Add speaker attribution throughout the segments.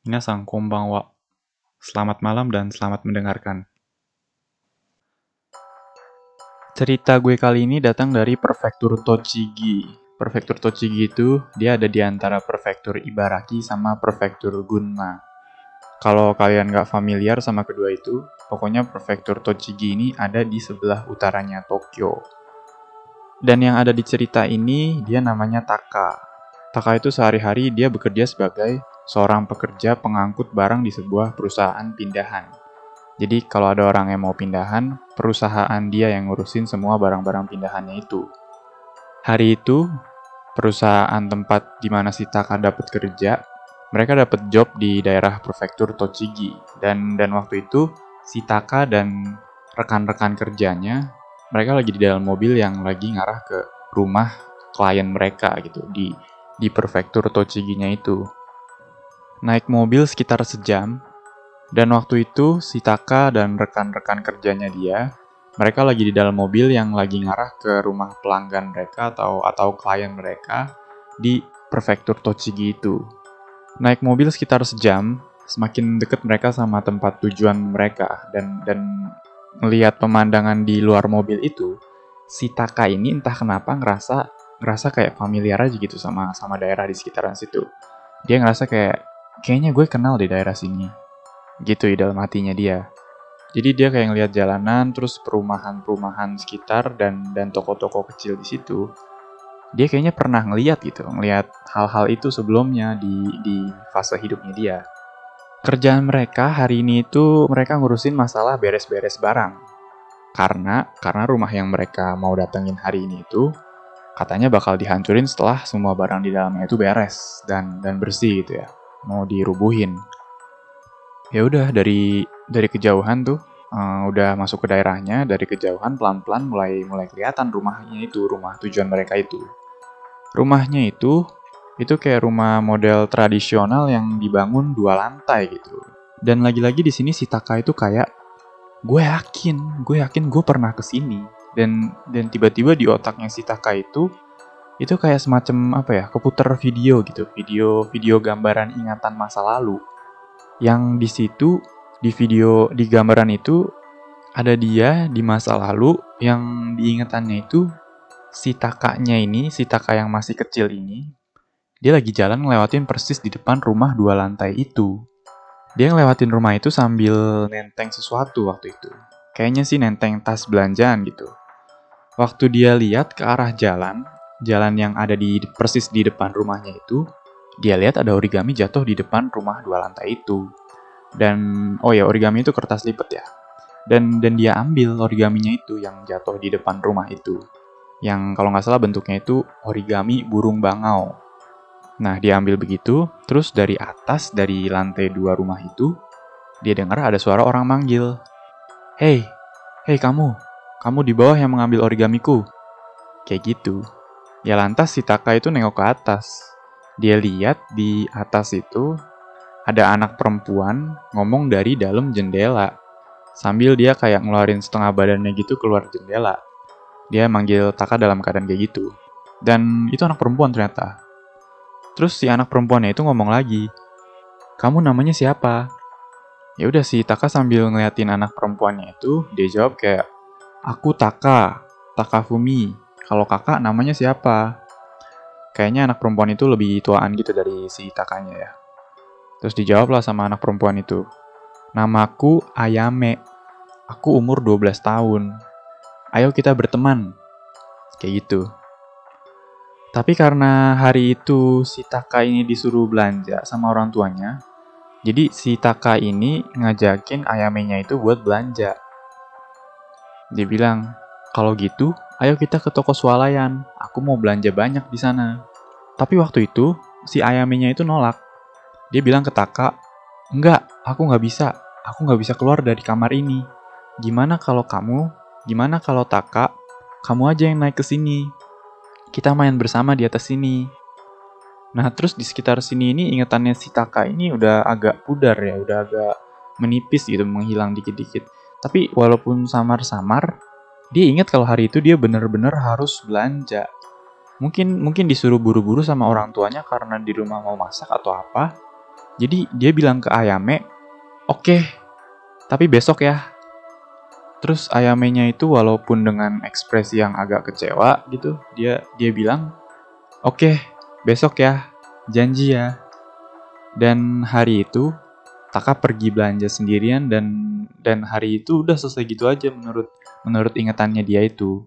Speaker 1: Minasan konbanwa. Selamat malam dan selamat mendengarkan. Cerita gue kali ini datang dari prefektur Tochigi. Prefektur Tochigi itu dia ada di antara prefektur Ibaraki sama prefektur Gunma. Kalau kalian nggak familiar sama kedua itu, pokoknya prefektur Tochigi ini ada di sebelah utaranya Tokyo. Dan yang ada di cerita ini dia namanya Taka. Taka itu sehari-hari dia bekerja sebagai seorang pekerja pengangkut barang di sebuah perusahaan pindahan. Jadi kalau ada orang yang mau pindahan, perusahaan dia yang ngurusin semua barang-barang pindahannya itu. Hari itu, perusahaan tempat di mana si Taka dapat kerja, mereka dapat job di daerah prefektur Tochigi. Dan waktu itu, si Taka dan rekan-rekan kerjanya, mereka lagi di dalam mobil yang lagi ngarah ke rumah klien mereka gitu, di prefektur Tochigi-nya itu. Naik mobil sekitar sejam, dan waktu itu si Taka dan rekan-rekan kerjanya dia, mereka lagi di dalam mobil yang lagi ngarah ke rumah pelanggan mereka atau klien mereka di prefektur Tochigi itu. Naik mobil sekitar sejam, semakin dekat mereka sama tempat tujuan mereka dan melihat pemandangan di luar mobil itu, si Taka ini entah kenapa ngerasa kayak familiar aja gitu sama daerah di sekitaran situ. Dia ngerasa kayaknya gue kenal di daerah sini. Gitu di dalam hatinya dia. Jadi dia kayak ngeliat jalanan, terus perumahan-perumahan sekitar dan toko-toko kecil di situ. Dia kayaknya pernah ngeliat hal-hal itu sebelumnya di fase hidupnya dia. Kerjaan mereka hari ini itu mereka ngurusin masalah beres-beres barang. Karena rumah yang mereka mau datengin hari ini itu katanya bakal dihancurin setelah semua barang di dalamnya itu beres dan bersih gitu ya. Mau dirubuhin. Ya udah dari kejauhan tuh udah masuk ke daerahnya, dari kejauhan pelan-pelan mulai kelihatan rumahnya itu, rumah tujuan mereka itu. Rumahnya itu kayak rumah model tradisional yang dibangun 2 lantai gitu. Dan lagi-lagi di sini si Taka itu kayak gue yakin gue pernah kesini. Dan tiba-tiba di otaknya si Taka itu kayak semacam apa ya, keputar video gitu, video gambaran ingatan masa lalu. Yang di situ di gambaran itu ada dia di masa lalu yang diingatannya itu si Taka yang masih kecil ini, dia lagi jalan ngelewatin persis di depan rumah 2 lantai itu. Dia ngelewatin rumah itu sambil nenteng sesuatu waktu itu. Kayaknya sih nenteng tas belanjaan gitu. Waktu dia lihat ke arah jalan yang ada persis di depan rumahnya itu, dia lihat ada origami jatuh di depan rumah 2 lantai itu. Dan origami itu kertas lipat ya. Dan dia ambil origaminya itu yang jatuh di depan rumah itu. Yang kalau nggak salah bentuknya itu origami burung bangau. Nah, dia ambil begitu, terus dari atas, dari lantai 2 rumah itu, dia dengar ada suara orang manggil. Hei kamu di bawah yang mengambil origamiku. Kayak gitu. Ya lantas si Taka itu nengok ke atas. Dia lihat di atas itu ada anak perempuan ngomong dari dalam jendela. Sambil dia kayak ngeluarin setengah badannya gitu keluar jendela. Dia manggil Taka dalam keadaan kayak gitu. Dan itu anak perempuan ternyata. Terus si anak perempuannya itu ngomong lagi. Kamu namanya siapa? Ya udah si Taka sambil ngeliatin anak perempuannya itu, dia jawab kayak, aku Taka, Takafumi. Kalau kakak namanya siapa? Kayaknya anak perempuan itu lebih tuaan gitu dari si Takanya ya. Terus dijawablah sama anak perempuan itu. Namaku Ayame. Aku umur 12 tahun. Ayo kita berteman. Kayak gitu. Tapi karena hari itu si Taka ini disuruh belanja sama orang tuanya, jadi si Taka ini ngajakin Ayamenya itu buat belanja. Dia bilang, kalau gitu, ayo kita ke toko swalayan. Aku mau belanja banyak di sana. Tapi waktu itu, si Ayamenya itu nolak. Dia bilang ke Taka, enggak, aku nggak bisa. Aku nggak bisa keluar dari kamar ini. Gimana kalau Taka, kamu aja yang naik ke sini. Kita main bersama di atas sini. Nah, terus di sekitar sini ini ingatannya si Taka ini udah agak pudar ya, udah agak menipis gitu, menghilang dikit-dikit. Tapi walaupun samar-samar, dia ingat kalau hari itu dia benar-benar harus belanja. Mungkin disuruh buru-buru sama orang tuanya karena di rumah mau masak atau apa. Jadi dia bilang ke Ayame, oke, tapi besok ya. Terus Ayamenya itu walaupun dengan ekspresi yang agak kecewa gitu, dia bilang, oke, besok ya, janji ya. Dan hari itu Taka pergi belanja sendirian dan hari itu udah selesai gitu aja menurut ingatannya dia itu.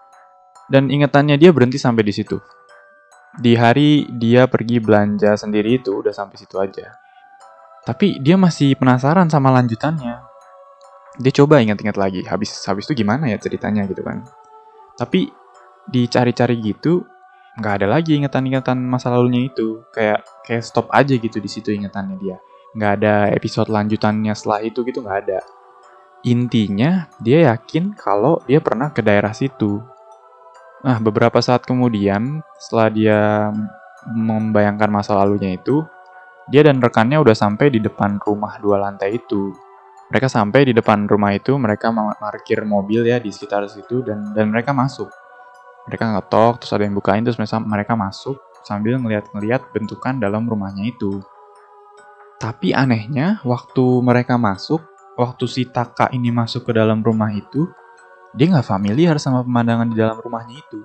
Speaker 1: Dan ingatannya dia berhenti sampai di situ. Di hari dia pergi belanja sendiri itu udah sampai situ aja. Tapi dia masih penasaran sama lanjutannya. Dia coba ingat-ingat lagi, habis itu gimana ya ceritanya gitu kan. Tapi dicari-cari gitu, nggak ada lagi ingatan-ingatan masa lalunya itu. Kayak stop aja gitu di situ ingatannya dia. Nggak ada episode lanjutannya setelah itu gitu, nggak ada. Intinya, dia yakin kalau dia pernah ke daerah situ. Nah, beberapa saat kemudian, setelah dia membayangkan masa lalunya itu, dia dan rekannya udah sampai di depan rumah 2 lantai itu. Mereka sampai di depan rumah itu, mereka parkir mobil ya di sekitar situ, dan mereka masuk. Mereka ngetok, terus ada yang bukain, terus mereka masuk sambil ngeliat-ngeliat bentukan dalam rumahnya itu. Tapi anehnya, waktu mereka masuk, waktu si Taka ini masuk ke dalam rumah itu, dia nggak familiar sama pemandangan di dalam rumahnya itu.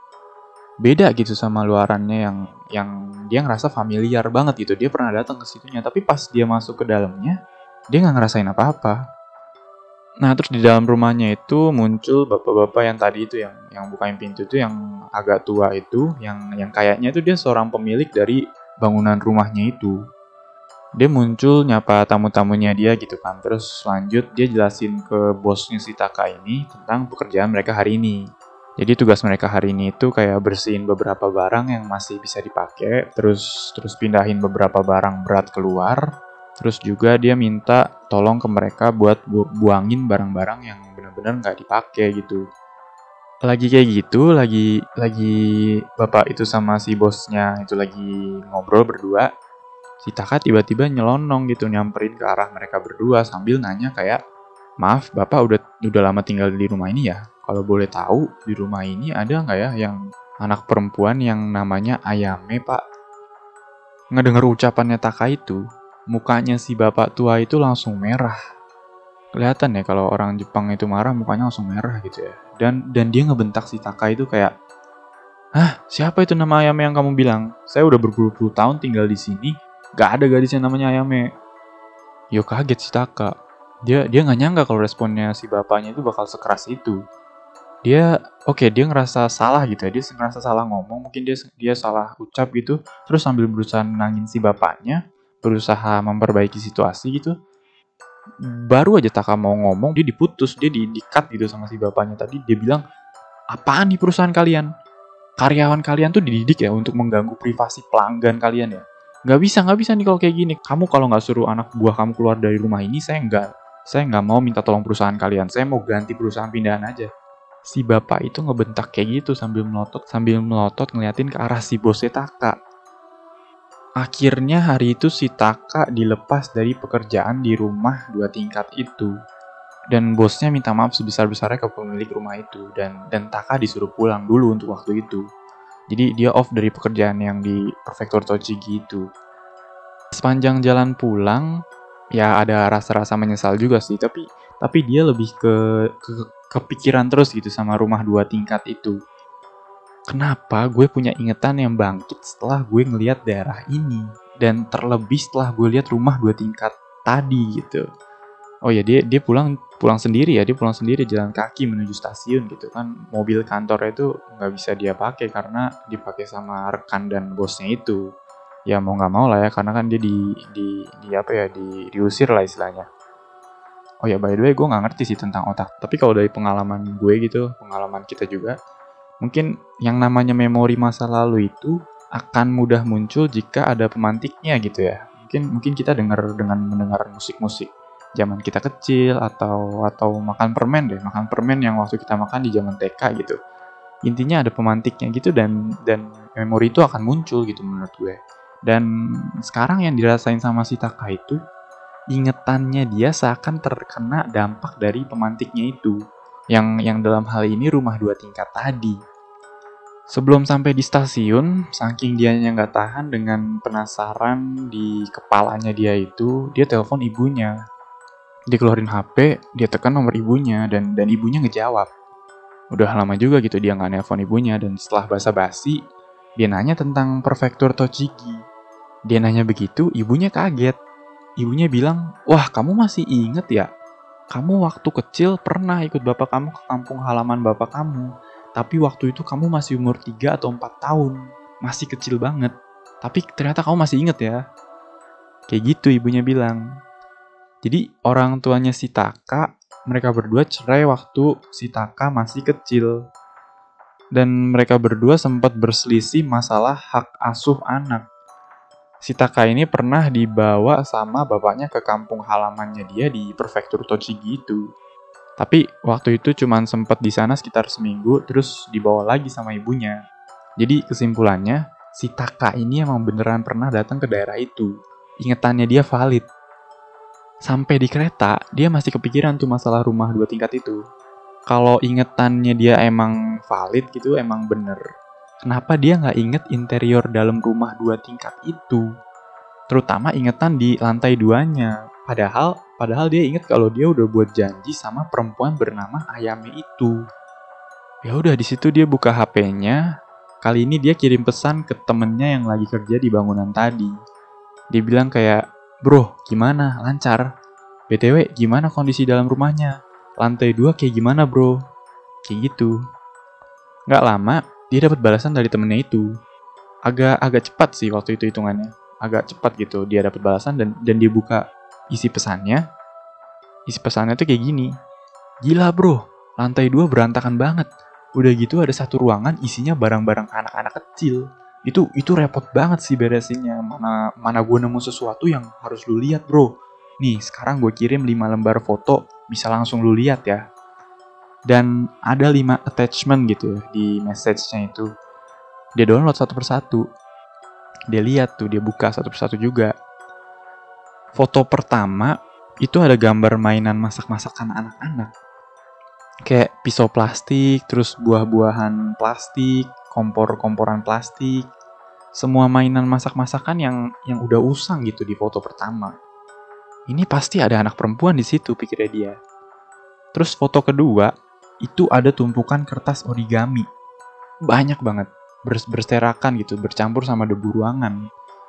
Speaker 1: Beda gitu sama luarannya yang dia ngerasa familiar banget gitu. Dia pernah datang ke situnya, tapi pas dia masuk ke dalamnya, dia nggak ngerasain apa-apa. Nah, terus di dalam rumahnya itu muncul bapak-bapak yang tadi itu yang bukain pintu itu yang agak tua itu, yang kayaknya itu dia seorang pemilik dari bangunan rumahnya itu. Dia muncul nyapa tamu-tamunya dia gitu kan. Terus lanjut dia jelasin ke bosnya si Taka ini tentang pekerjaan mereka hari ini. Jadi tugas mereka hari ini itu kayak bersihin beberapa barang yang masih bisa dipakai, terus pindahin beberapa barang berat keluar, terus juga dia minta tolong ke mereka buat buangin barang-barang yang benar-benar nggak dipakai gitu. Lagi kayak gitu, lagi bapak itu sama si bosnya itu lagi ngobrol berdua, si Taka tiba-tiba nyelonong gitu nyamperin ke arah mereka berdua sambil nanya kayak, maaf, Bapak udah lama tinggal di rumah ini ya? Kalau boleh tahu, di rumah ini ada nggak ya yang anak perempuan yang namanya Ayame, Pak? Ngedenger ucapannya Taka itu, mukanya si bapak tua itu langsung merah. Kelihatan ya kalau orang Jepang itu marah, mukanya langsung merah gitu ya. Dan dia ngebentak si Taka itu kayak, hah, siapa itu nama Ayame yang kamu bilang? Saya udah berpuluh-puluh tahun tinggal di sini, gak ada gadis yang namanya Ayame. Yo kaget si Taka. Dia nggak nyangka kalau responnya si bapaknya itu bakal sekeras itu. Dia ngerasa salah gitu ya. Dia ngerasa salah ngomong, mungkin dia salah ucap gitu. Terus sambil berusaha nenangin si bapaknya, berusaha memperbaiki situasi gitu. Baru aja Taka mau ngomong, dia diputus, dia di-cut gitu sama si bapaknya tadi. Dia bilang, apaan nih perusahaan kalian? Karyawan kalian tuh dididik ya untuk mengganggu privasi pelanggan kalian ya. Nggak bisa nih kalau kayak gini. Kamu kalau nggak suruh anak buah kamu keluar dari rumah ini, saya nggak mau minta tolong perusahaan kalian. Saya mau ganti perusahaan pindahan aja. Si bapak itu ngebentak kayak gitu sambil melotot ngeliatin ke arah si bosnya Taka. Akhirnya hari itu si Taka dilepas dari pekerjaan di rumah 2 tingkat itu. Dan bosnya minta maaf sebesar-besarnya ke pemilik rumah itu. Dan Taka disuruh pulang dulu untuk waktu itu. Jadi dia off dari pekerjaan yang di prefektur Tochigi itu. Sepanjang jalan pulang, ya ada rasa-rasa menyesal juga sih. Tapi dia lebih kepikiran terus gitu sama rumah 2 tingkat itu. Kenapa gue punya ingetan yang bangkit setelah gue ngelihat daerah ini? Dan terlebih setelah gue lihat rumah 2 tingkat tadi gitu. Oh ya, dia pulang sendiri ya. Dia pulang sendiri jalan kaki menuju stasiun gitu kan. Mobil kantornya itu nggak bisa dia pakai karena dipakai sama rekan dan bosnya itu. Ya mau nggak mau lah ya, karena kan dia diusir lah istilahnya. Oh ya, by the way, gue nggak ngerti sih tentang otak. Tapi kalau dari pengalaman gue gitu, pengalaman kita juga, mungkin yang namanya memori masa lalu itu akan mudah muncul jika ada pemantiknya gitu ya. Mungkin kita dengan mendengar musik-musik zaman kita kecil atau makan permen yang waktu kita makan di zaman TK gitu. Intinya ada pemantiknya gitu dan memori itu akan muncul gitu menurut gue. Dan sekarang yang dirasain sama si Taka itu, ingetannya dia seakan terkena dampak dari pemantiknya itu. Yang dalam hal ini rumah 2 tingkat tadi. Sebelum sampai di stasiun, saking dianya nggak tahan dengan penasaran di kepalanya dia telepon ibunya. Dia keluarin HP, dia tekan nomor ibunya, dan ibunya ngejawab. Udah lama juga gitu dia nggak nelpon ibunya, dan setelah basa-basi, dia nanya tentang prefektur Tochigi. Dia nanya begitu, ibunya kaget. Ibunya bilang, wah kamu masih inget ya? Kamu waktu kecil pernah ikut bapak kamu ke kampung halaman bapak kamu. Tapi waktu itu kamu masih umur 3 atau 4 tahun. Masih kecil banget. Tapi ternyata kamu masih inget ya. Kayak gitu ibunya bilang. Jadi orang tuanya si Taka, mereka berdua cerai waktu si Taka masih kecil. Dan mereka berdua sempat berselisih masalah hak asuh anak. Si Taka ini pernah dibawa sama bapaknya ke kampung halamannya dia di prefektur Tochigi itu. Tapi waktu itu cuma sempat di sana sekitar seminggu, terus dibawa lagi sama ibunya. Jadi kesimpulannya, si Taka ini emang beneran pernah datang ke daerah itu. Ingetannya dia valid. Sampai di kereta, dia masih kepikiran tuh masalah rumah 2 tingkat itu. Kalau ingetannya dia emang valid gitu, emang bener. Kenapa dia nggak inget interior dalam rumah 2 tingkat itu? Terutama ingetan di lantai 2-nya. Padahal dia inget kalau dia udah buat janji sama perempuan bernama Ayame itu. Ya udah di situ dia buka HP-nya. Kali ini dia kirim pesan ke temennya yang lagi kerja di bangunan tadi. Dia bilang kayak, "Bro, gimana? Lancar? BTW, gimana kondisi dalam rumahnya? Lantai 2 kayak gimana, bro?" Kayak gitu. Nggak lama, dia dapat balasan dari temennya itu. Agak cepat sih waktu itu hitungannya. Agak cepat gitu dia dapat balasan dan dia buka isi pesannya. Isi pesannya tuh kayak gini. "Gila bro, lantai 2 berantakan banget. Udah gitu ada satu ruangan isinya barang-barang anak-anak kecil. Itu repot banget sih beresinnya. Mana gue nemu sesuatu yang harus lu lihat bro. Nih sekarang gue kirim 5 lembar foto, bisa langsung lu lihat ya." Dan ada 5 attachment gitu ya di message-nya itu. Dia download satu persatu. Dia lihat tuh, dia buka satu persatu juga. Foto pertama, itu ada gambar mainan masak-masakan anak-anak. Kayak pisau plastik, terus buah-buahan plastik, kompor-komporan plastik. Semua mainan masak-masakan yang udah usang gitu di foto pertama. Ini pasti ada anak perempuan di situ, pikirnya dia. Terus foto kedua, itu ada tumpukan kertas origami. Banyak banget. Berserakan gitu, bercampur sama debu ruangan.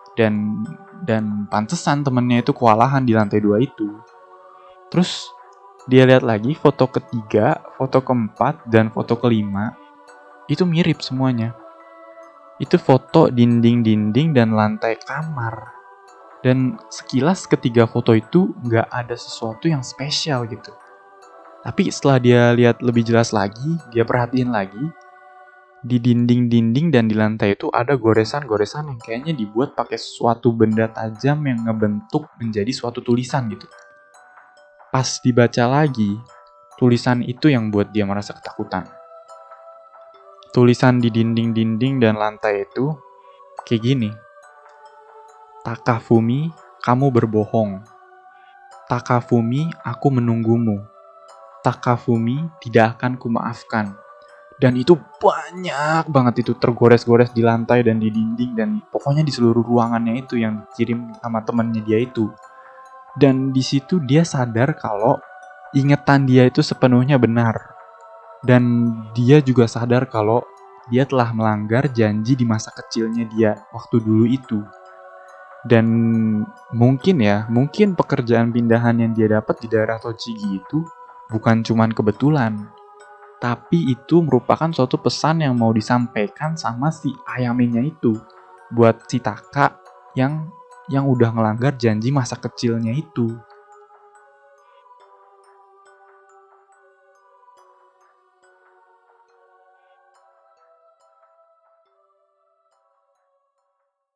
Speaker 1: Dan pantesan temennya itu kewalahan di lantai 2 itu. Terus dia lihat lagi foto ketiga, foto keempat, dan foto kelima. Itu mirip semuanya. Itu foto dinding-dinding dan lantai kamar. Dan sekilas ketiga foto itu nggak ada sesuatu yang spesial gitu. Tapi setelah dia lihat lebih jelas lagi, dia perhatiin lagi, di dinding-dinding dan di lantai itu ada goresan-goresan yang kayaknya dibuat pakai suatu benda tajam yang ngebentuk menjadi suatu tulisan gitu. Pas dibaca lagi, tulisan itu yang buat dia merasa ketakutan. Tulisan di dinding-dinding dan lantai itu kayak gini. "Takafumi, kamu berbohong. Takafumi, aku menunggumu. Takafumi, tidak akan kumaafkan." Dan itu banyak banget itu tergores-gores di lantai dan di dinding dan pokoknya di seluruh ruangannya itu yang dikirim sama temennya dia itu. Dan di situ dia sadar kalau ingetan dia itu sepenuhnya benar. Dan dia juga sadar kalau dia telah melanggar janji di masa kecilnya dia waktu dulu itu. Dan mungkin pekerjaan pindahan yang dia dapat di daerah Tochigi itu bukan cuman kebetulan. Tapi itu merupakan suatu pesan yang mau disampaikan sama si Ayamenya itu. Buat si Taka yang udah ngelanggar janji masa kecilnya itu.